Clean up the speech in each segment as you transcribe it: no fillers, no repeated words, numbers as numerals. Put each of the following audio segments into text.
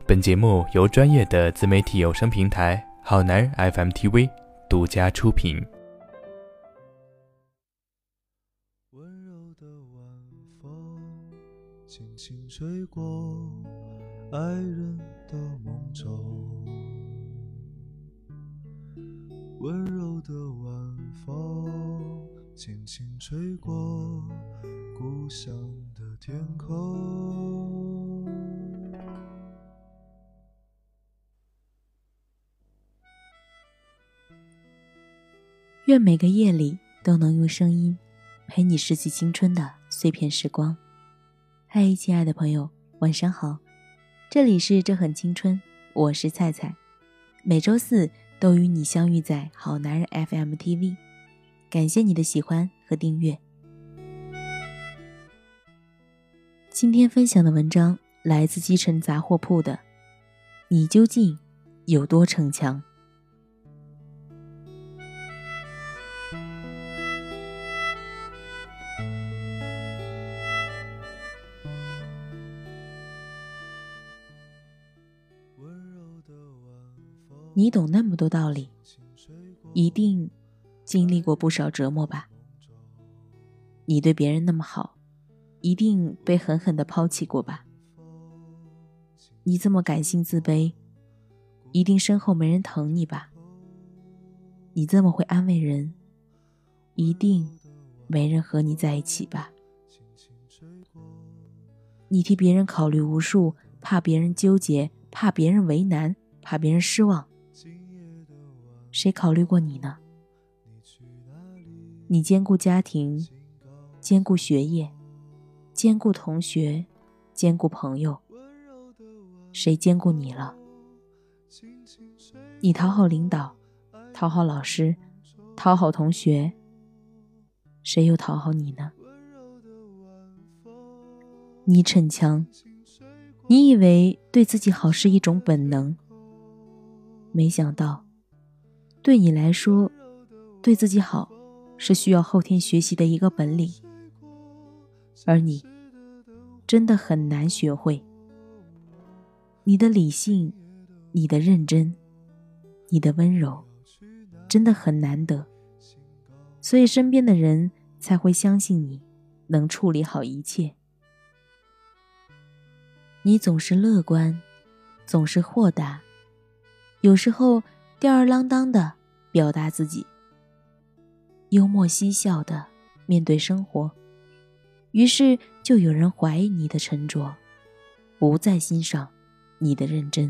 本节目由专业的自媒体有声平台好男人 FM TV 独家出品。 温柔的晚风轻轻吹过爱人的梦中，温柔的晚风轻轻吹过故乡的天空。 愿每个夜里都能用声音陪你拾起青春的碎片时光。嗨，亲爱的朋友，晚上好，这里是这很青春，我是菜菜，每周四都与你相遇在好男人 FM TV， 感谢你的喜欢和订阅。今天分享的文章来自基城杂货铺的你究竟有多逞强。你懂那么多道理，一定经历过不少折磨吧？你对别人那么好，一定被狠狠地抛弃过吧？你这么感性自卑，一定身后没人疼你吧？你这么会安慰人，一定没人和你在一起吧？你替别人考虑无数，怕别人纠结，怕别人为难，怕别人失望，谁考虑过你呢？你兼顾家庭，兼顾学业，兼顾同学，兼顾朋友，谁兼顾你了？你讨好领导，讨好老师，讨好同学，谁又讨好你呢？你逞强，你以为对自己好是一种本能，没想到对你来说，对自己好是需要后天学习的一个本领，而你真的很难学会。你的理性，你的认真，你的温柔，真的很难得，所以身边的人才会相信你能处理好一切。你总是乐观，总是豁达，有时候吊儿郎当的表达自己，幽默嬉笑的面对生活，于是就有人怀疑你的沉着，不再欣赏你的认真。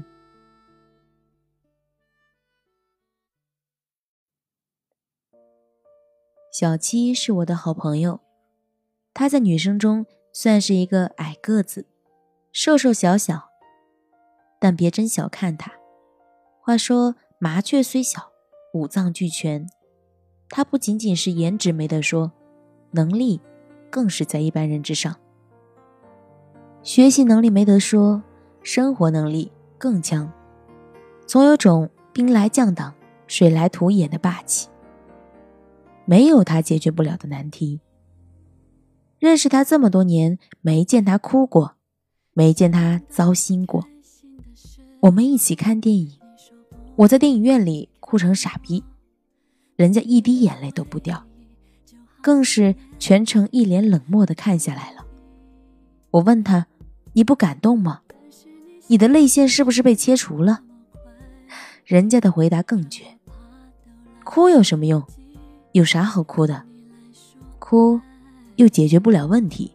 小七是我的好朋友，她在女生中算是一个矮个子，瘦瘦小小，但别真小看她。话说麻雀虽小，五脏俱全，她不仅仅是颜值没得说，能力更是在一般人之上。学习能力没得说，生活能力更强，总有种兵来将挡，水来土掩的霸气。没有她解决不了的难题。认识她这么多年，没见她哭过，没见她糟心过。我们一起看电影，我在电影院里哭成傻逼，人家一滴眼泪都不掉，更是全程一脸冷漠地看下来了。我问他，你不感动吗？你的泪腺是不是被切除了？人家的回答更绝，哭有什么用？有啥好哭的？哭又解决不了问题。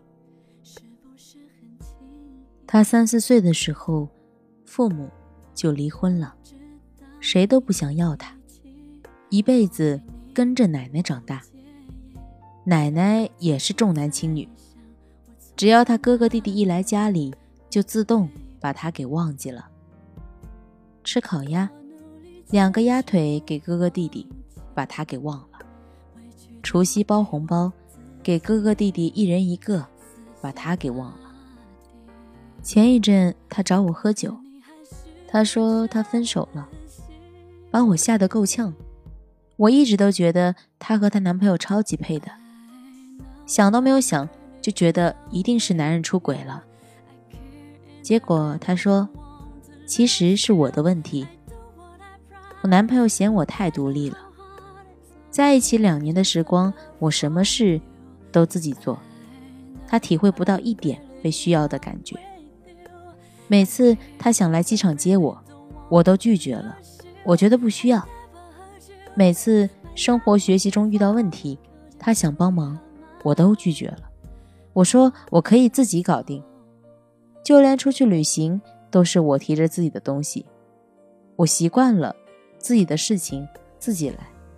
他3、4岁的时候，父母就离婚了，谁都不想要他，一辈子跟着奶奶长大。奶奶也是重男轻女，只要他哥哥弟弟一来家里，就自动把他给忘记了。吃烤鸭，2个鸭腿给哥哥弟弟，把他给忘了。除夕包红包，给哥哥弟弟一人1个，把他给忘了。前一阵他找我喝酒，他说他分手了，把我吓得够呛。我一直都觉得她和她男朋友超级配的，想都没有想就觉得一定是男人出轨了。结果她说， 其实是我的问题。我男朋友嫌我太独立了，在一起2年的时光，我什么事都自己做，他体会不到一点被需要的感觉。每次他想来机场接我，我都拒绝了，我觉得不需要。每次生活学习中遇到问题，他想帮忙，我都拒绝了，我说我可以自己搞定。就连出去旅行都是我提着自己的东西，我习惯了自己的事情自己来。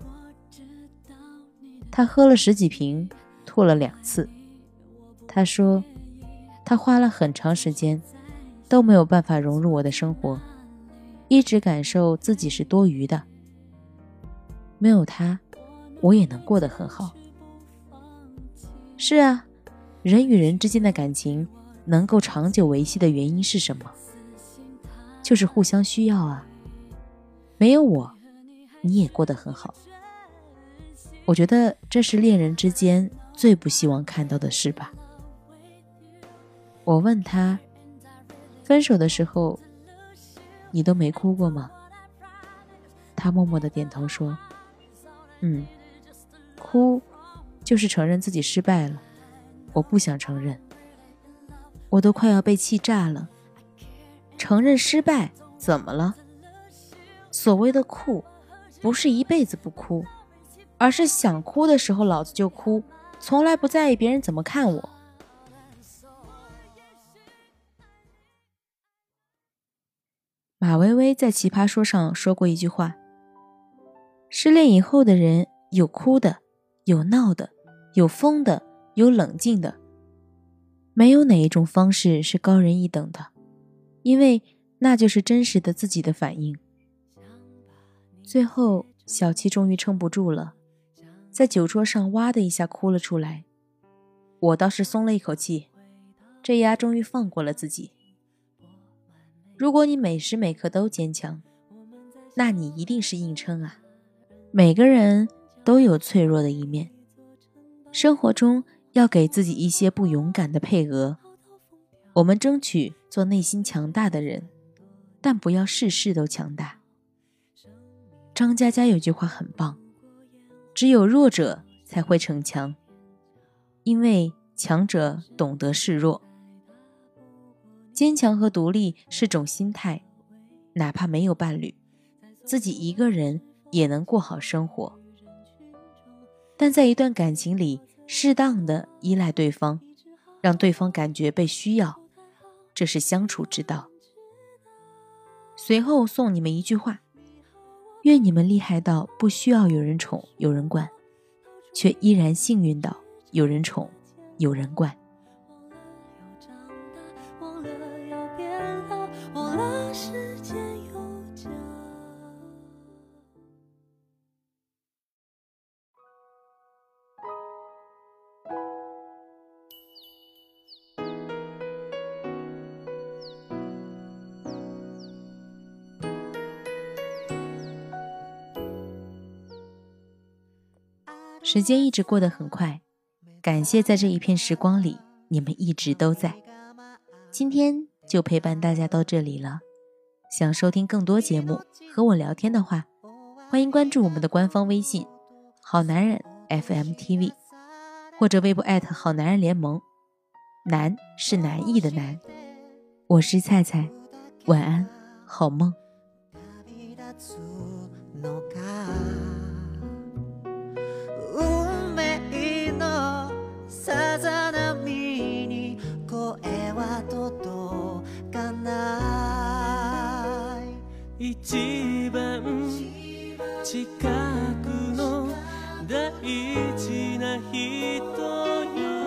他喝了10几瓶，吐了2次。他说他花了很长时间都没有办法融入我的生活，一直感受自己是多余的。没有他，我也能过得很好。是啊，人与人之间的感情能够长久维系的原因是什么？就是互相需要啊。没有我，你也过得很好。我觉得这是恋人之间最不希望看到的事吧。我问他，分手的时候你都没哭过吗？他默默地点头说，哭就是承认自己失败了，我不想承认。我都快要被气炸了。承认失败怎么了？所谓的哭，不是一辈子不哭，而是想哭的时候老子就哭，从来不在意别人怎么看我。马薇薇在奇葩说上说过一句话，失恋以后的人有哭的，有闹的，有疯的，有冷静的，没有哪一种方式是高人一等的，因为那就是真实的自己的反应。最后小七终于撑不住了，在酒桌上哇的一下哭了出来。我倒是松了一口气，这丫终于放过了自己。如果你每时每刻都坚强，那你一定是硬撑啊。每个人都有脆弱的一面，生活中要给自己一些不勇敢的配额。我们争取做内心强大的人，但不要事事都强大。张嘉佳有句话很棒，只有弱者才会逞强，因为强者懂得示弱。坚强和独立是种心态，哪怕没有伴侣，自己一个人也能过好生活。但在一段感情里，适当的依赖对方，让对方感觉被需要，这是相处之道。随后送你们一句话，愿你们厉害到不需要有人宠有人惯，却依然幸运到有人宠有人惯。时间一直过得很快，感谢在这一片时光里你们一直都在。今天就陪伴大家到这里了，想收听更多节目和我聊天的话，欢迎关注我们的官方微信好男人 FMTV， 或者微博好男人联盟，男是难易的难。我是菜菜，晚安，好梦。 さざ波に声は届かない。一番近くの大事な人よ、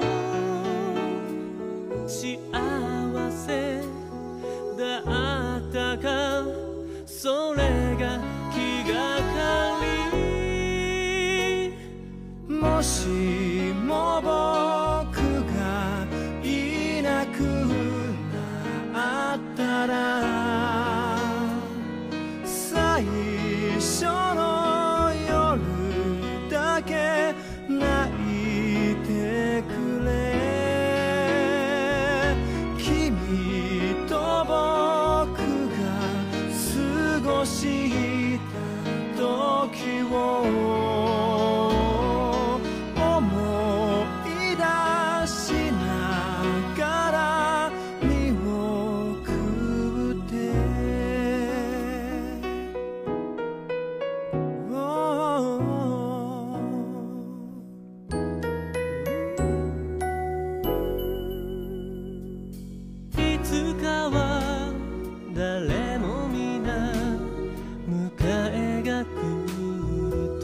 幸せだったか、それが気がかり。もしも僕がいなくなったら、最初の夜だけ泣いてくれ。君と僕がした時を思い出しながら見送っていつかは誰も皆迎えが来ると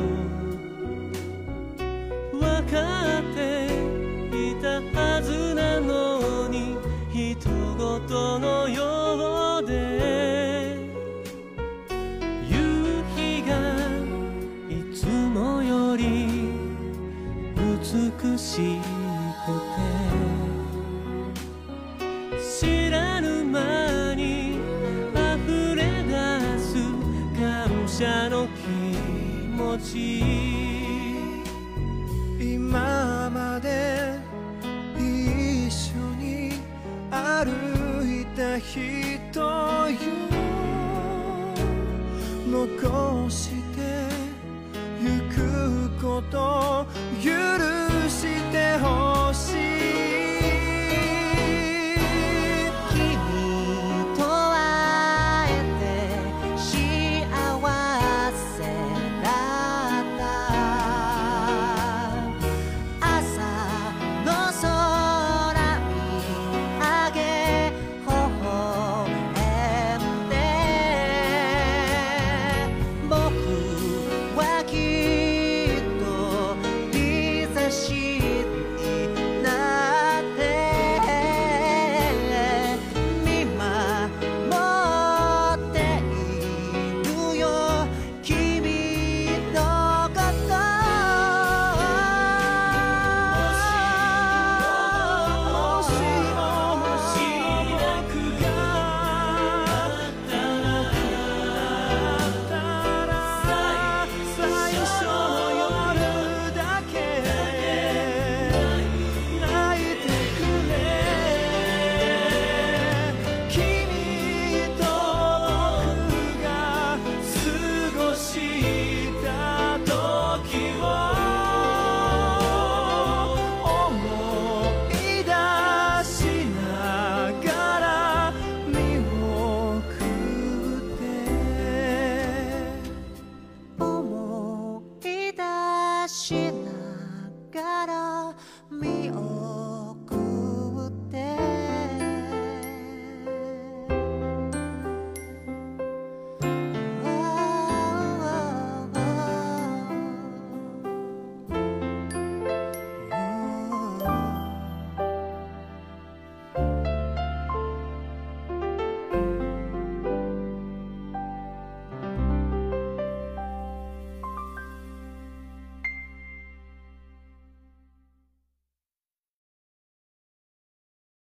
分かっていたはずなのに人事のようで夕日がいつもより美しくて知らぬ間に溢れ出す感謝の気持ち今まで一緒に歩いた人よ残してゆくこと許